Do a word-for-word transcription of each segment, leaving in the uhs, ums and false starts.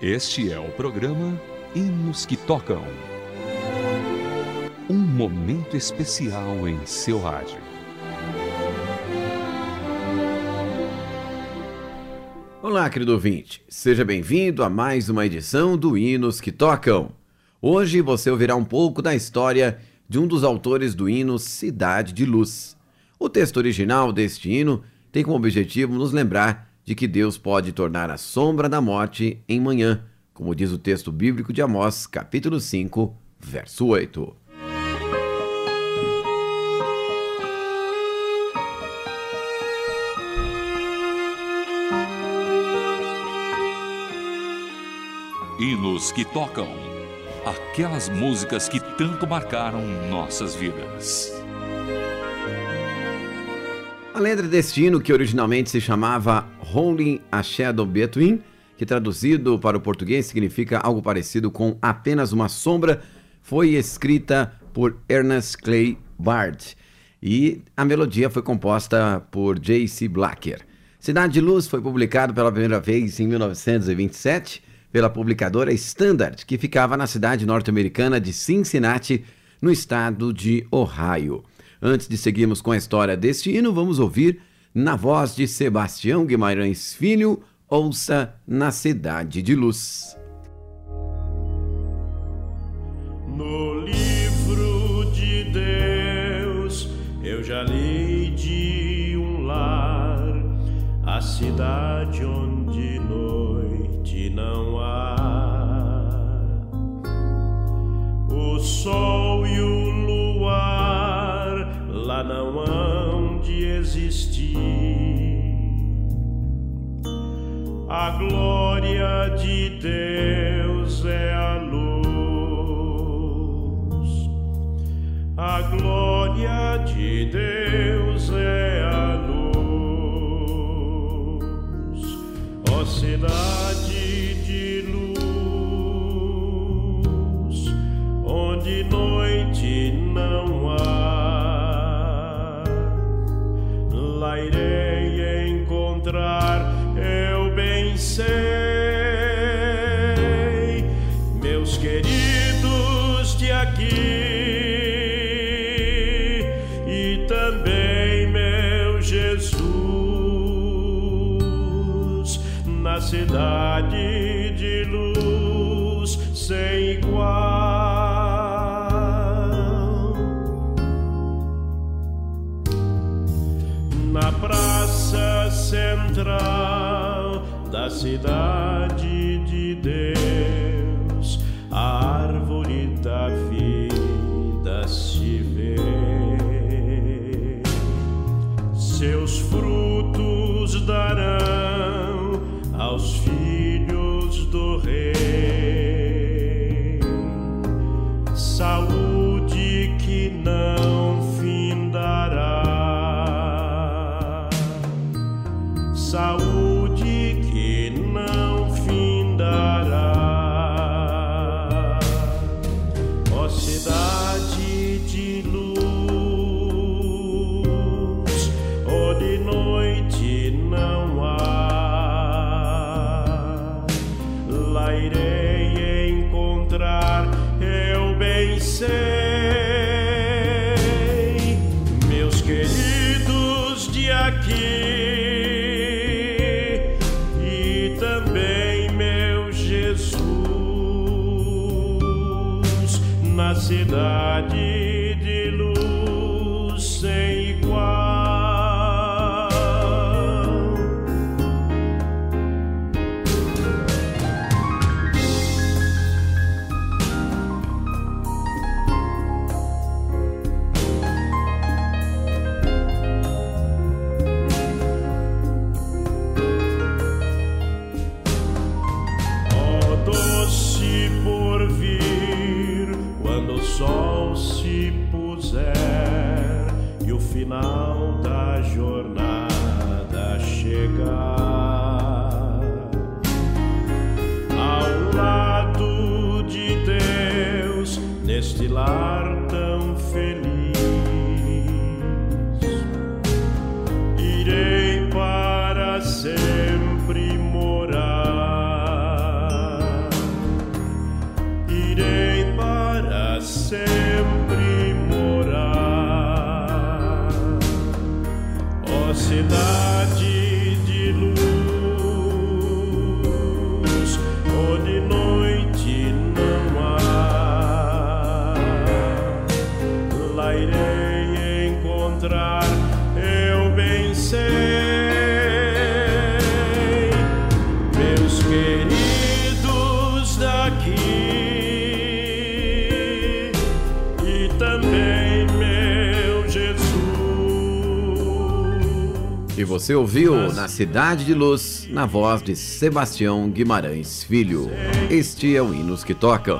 Este é o programa Hinos que Tocam. Um momento especial em seu rádio. Olá, querido ouvinte. Seja bem-vindo a mais uma edição do Hinos que Tocam. Hoje você ouvirá um pouco da história de um dos autores do hino Cidade de Luz. O texto original deste hino tem como objetivo nos lembrar de que Deus pode tornar a sombra da morte em manhã, como diz o texto bíblico de Amós, capítulo cinco, verso oito. Hinos que Tocam. Aquelas músicas que tanto marcaram nossas vidas. A letra deste hino, que originalmente se chamava Only a Shadow Between, que traduzido para o português significa algo parecido com Apenas uma Sombra, foi escrita por Ernest Clay Bard e a melodia foi composta por J C Blacker. Cidade de Luz foi publicado pela primeira vez em mil novecentos e vinte e sete pela publicadora Standard, que ficava na cidade norte-americana de Cincinnati, no estado de Ohio. Antes de seguirmos com a história deste hino, vamos ouvir, na voz de Sebastião Guimarães Filho, Ouça na Cidade de Luz. No livro de Deus eu já li de um lar, a cidade onde noite não há. O sol e o luar lá não hão de existir. A glória de Deus é a luz. A glória de Deus é a luz. Ó cidade de luz, onde noite não há, lá irei encontrar, eu bem sei, meus queridos de aqui e também meu Jesus, na cidade de luz sem igual, na praça central da cidade de Deus, a árvore da vida se vê. Seus frutos darão aos filhos do rei, saúde que não findará, saúde que não findará. Ó cidade de luz, onde noite não há, lá irei encontrar, eu bem sei, meus queridos de aqui na cidade de luz sem igual. Ó doce porvir, quando o sol se puser e o final da jornada chegar, ao lado de Deus, neste lar tão feliz, irei para sempre morar. você ouviu Na Cidade de Luz, na voz de Sebastião Guimarães Filho. Este é o Hinos que Tocam.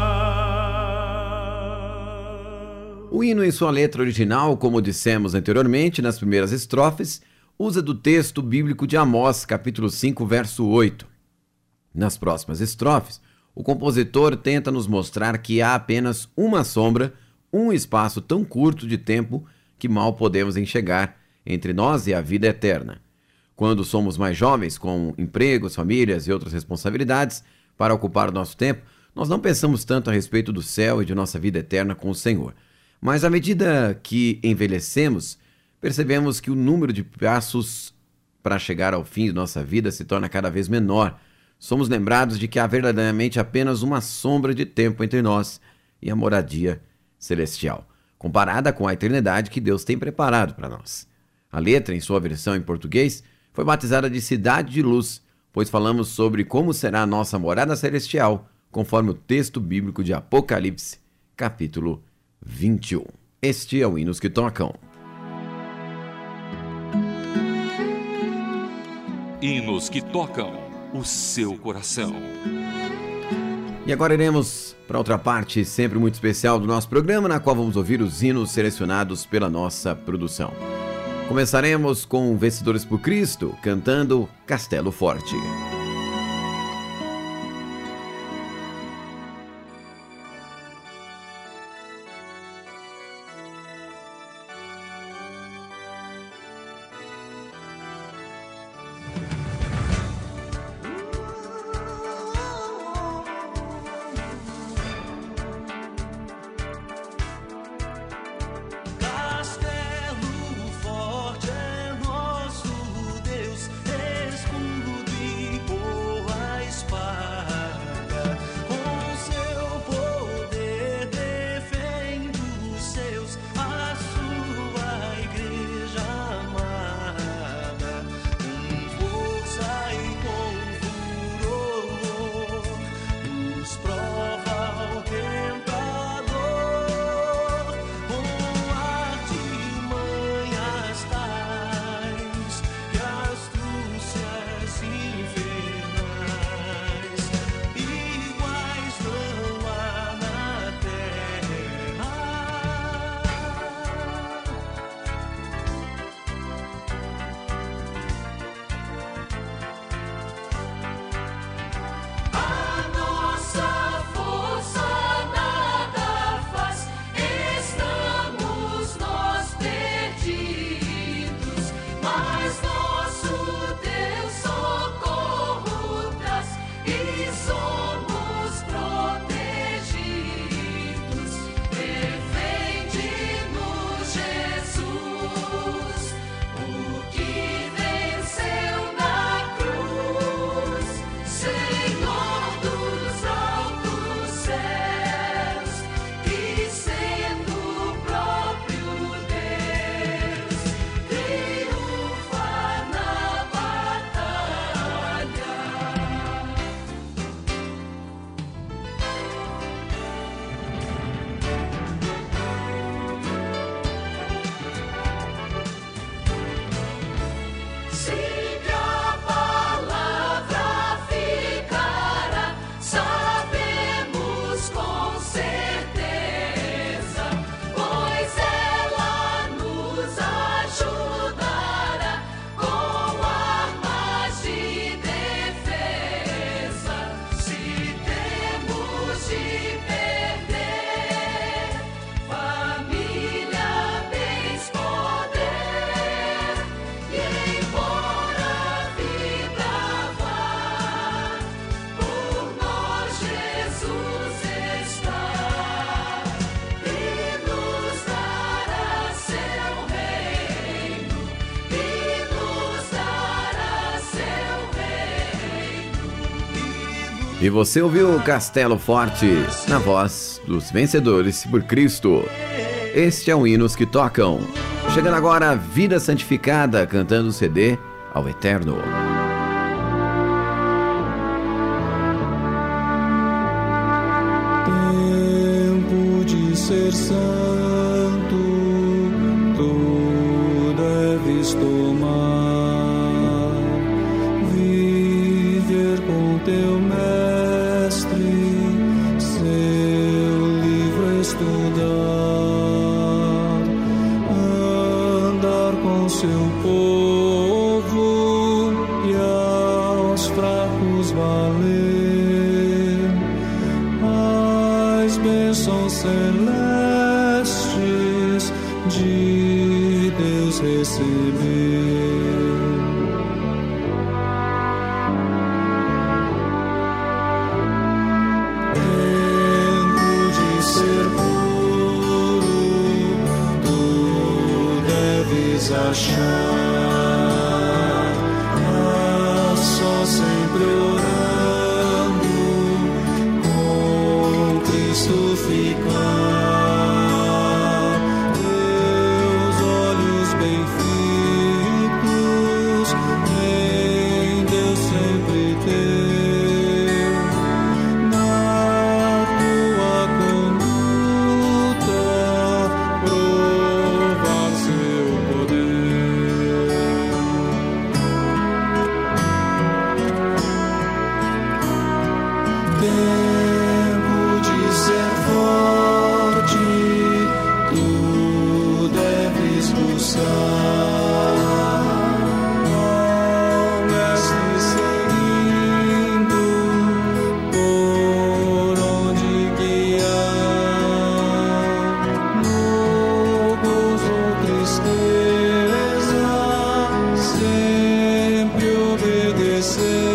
O hino, em sua letra original, como dissemos anteriormente nas primeiras estrofes, usa do texto bíblico de Amós, capítulo cinco, verso oito. Nas próximas estrofes, o compositor tenta nos mostrar que há apenas uma sombra, um espaço tão curto de tempo que mal podemos enxergar entre nós e a vida eterna. Quando somos mais jovens, com empregos, famílias e outras responsabilidades para ocupar nosso tempo, nós não pensamos tanto a respeito do céu e de nossa vida eterna com o Senhor. Mas à medida que envelhecemos, percebemos que o número de passos para chegar ao fim de nossa vida se torna cada vez menor. Somos lembrados de que há verdadeiramente apenas uma sombra de tempo entre nós e a moradia celestial, comparada com a eternidade que Deus tem preparado para nós. A letra, em sua versão em português, foi batizada de Cidade de Luz, pois falamos sobre como será a nossa morada celestial, conforme o texto bíblico de Apocalipse, capítulo vinte e um. Este é o Hinos que Tocam. Hinos que tocam o seu coração. E agora iremos para outra parte sempre muito especial do nosso programa, na qual vamos ouvir os hinos selecionados pela nossa produção. Começaremos com Vencedores por Cristo, cantando Castelo Forte. E você ouviu Castelo Forte, na voz dos Vencedores por Cristo. Este é o Hinos que Tocam. Chegando agora a Vida Santificada, cantando o C D ao Eterno. Tempo de ser santo, tu deves tomar. seu povo e aos fracos valer as bênçãos celestes de Deus receber. Achar ah, só sempre orando com Cristo ficar, teus olhos bem fitos em Deus sempre ter, na tua conduta provar seu tempo de ser forte, tu deves buscar, mestre seguindo por onde guiar, no gozo ou tristeza, sempre obedecer.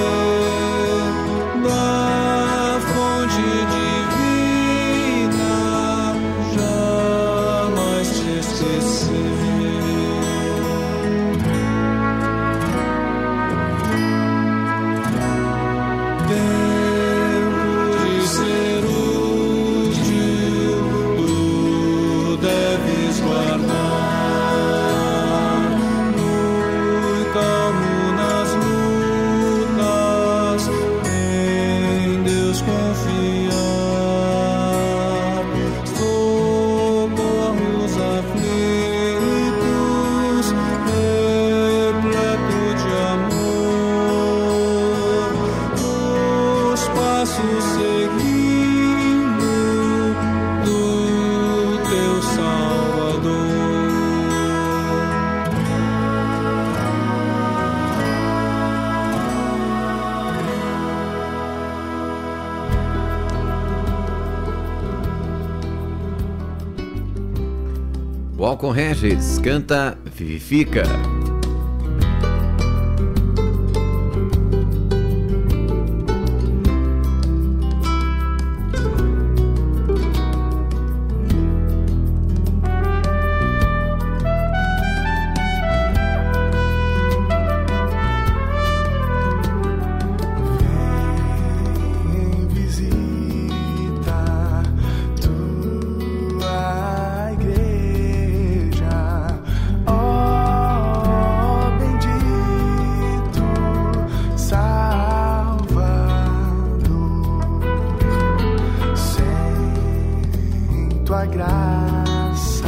Walcon Regis canta Vivifica. Tua graça,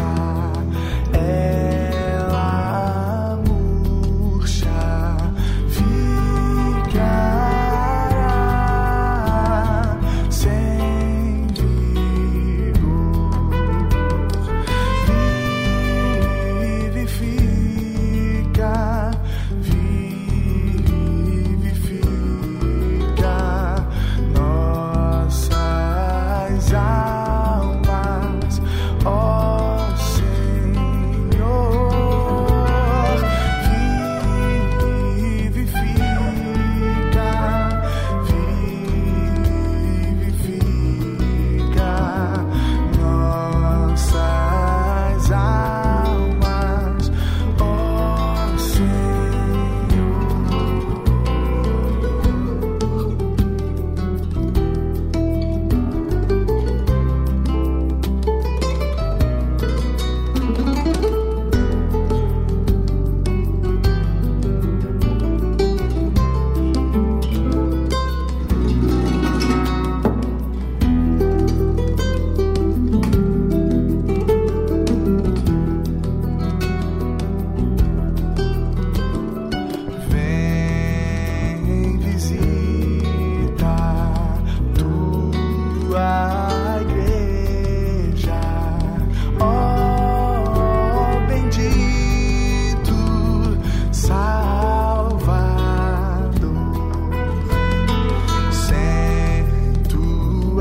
ela murcha, ficará sem vigor, vivifica, vivifica nossas almas. Ó Senhor, vivifica, vivifica nossas almas, ó Senhor.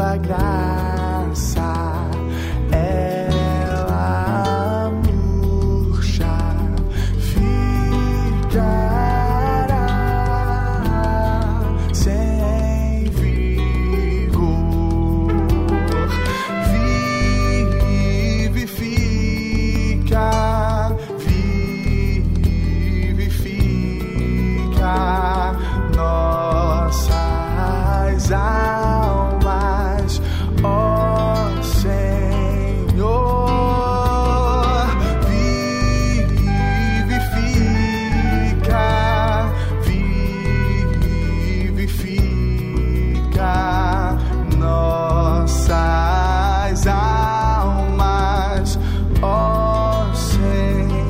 tua graça, ela murcha, ficará sem vigor, vivifica, vivifica nossas almas, ó Senhor, vivifica, vivifica nossas almas, ó Senhor.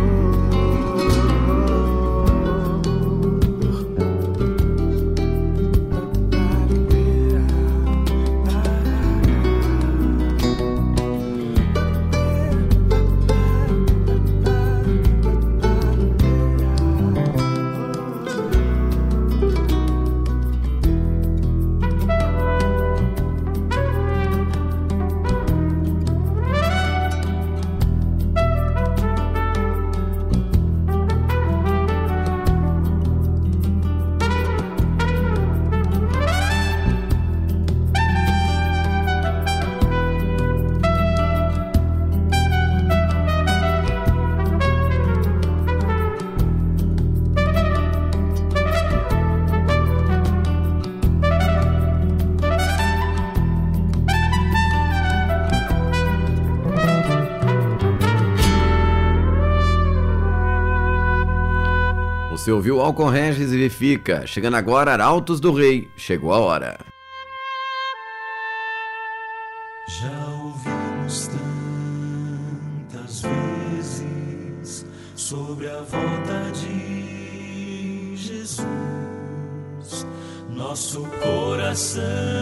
Você ouviu Alcon Regis e Vivifica. Chegando agora, Arautos do Rei. Chegou a hora. Já ouvimos tantas vezes sobre a volta de Jesus. Nosso coração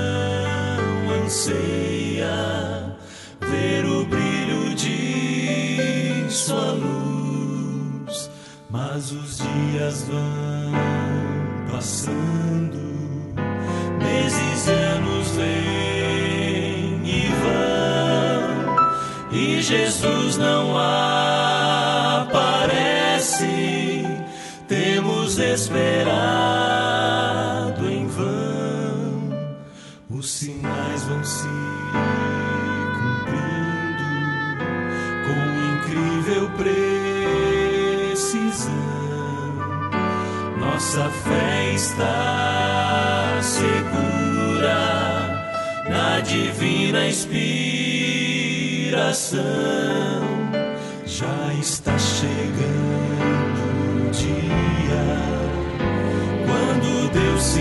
anseia ver o brilho de sua luz. Mas os dias vão passando, meses e anos vêm e vão, e Jesus não aparece. Temos esperado em vão, os sinais vão se cumprindo com incrível precisão. Nossa fé está segura na divina inspiração. Já está chegando o dia quando Deus se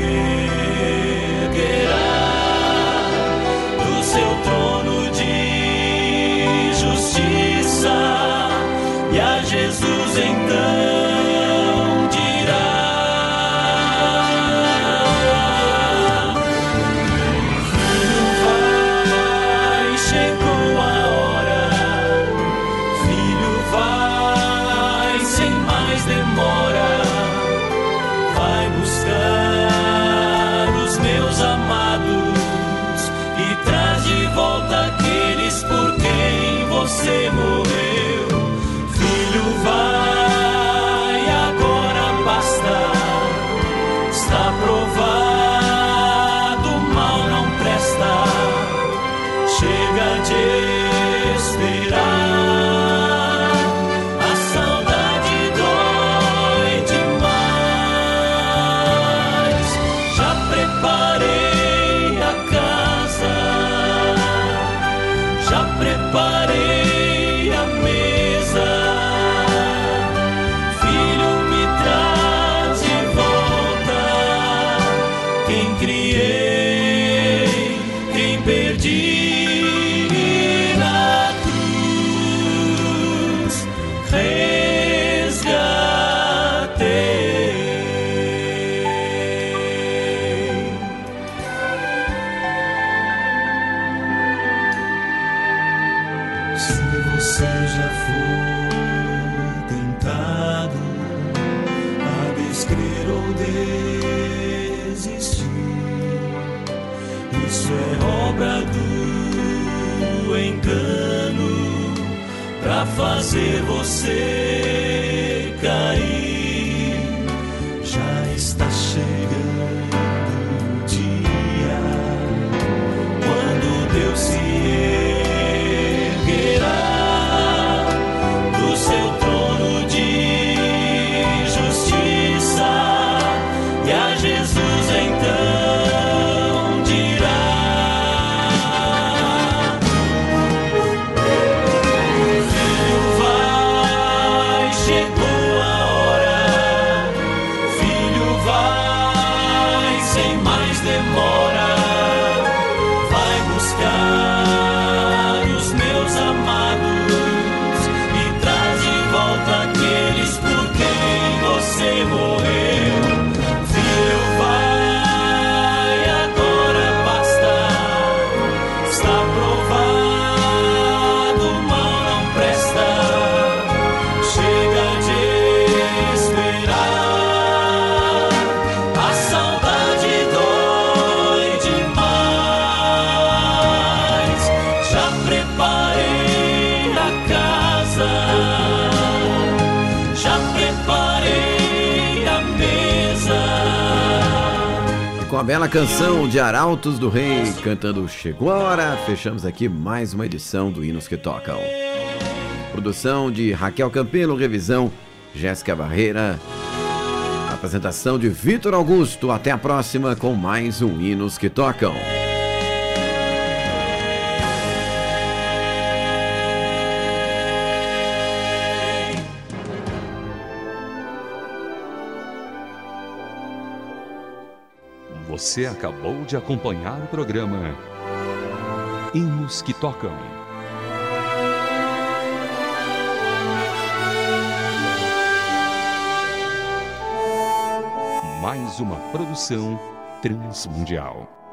erguerá do seu trono de justiça, e a Jesus então você morreu, filho, vai, agora basta, está provado, o mal não presta, chega de esperar, a saudade dói demais, já preparei a casa, já preparei Isso é obra do engano pra fazer você cair. Já está chegando o dia quando Deus se erguerá do seu trono de justiça e a Jesus então dirá: Filho, vai, chegou a hora. Filho, vai, sem mais demora. Vai buscar os meus amados e traz de volta aqueles por quem você morreu. Filho, vai, agora basta. Está provado, o mal não presta. Chega de esperar. A saudade dói demais. Já preparei a casa. Já preparei a mesa. E com a bela canção de Arautos do Rei cantando Chegou a Hora, fechamos aqui mais uma edição do Hinos que Tocam. Produção de Raquel Campelo, revisão Jéssica Barreira, apresentação de Vitor Augusto. Até a próxima com mais um Hinos que Tocam. Você acabou de acompanhar o programa Hinos que Tocam. Mais uma produção transmundial.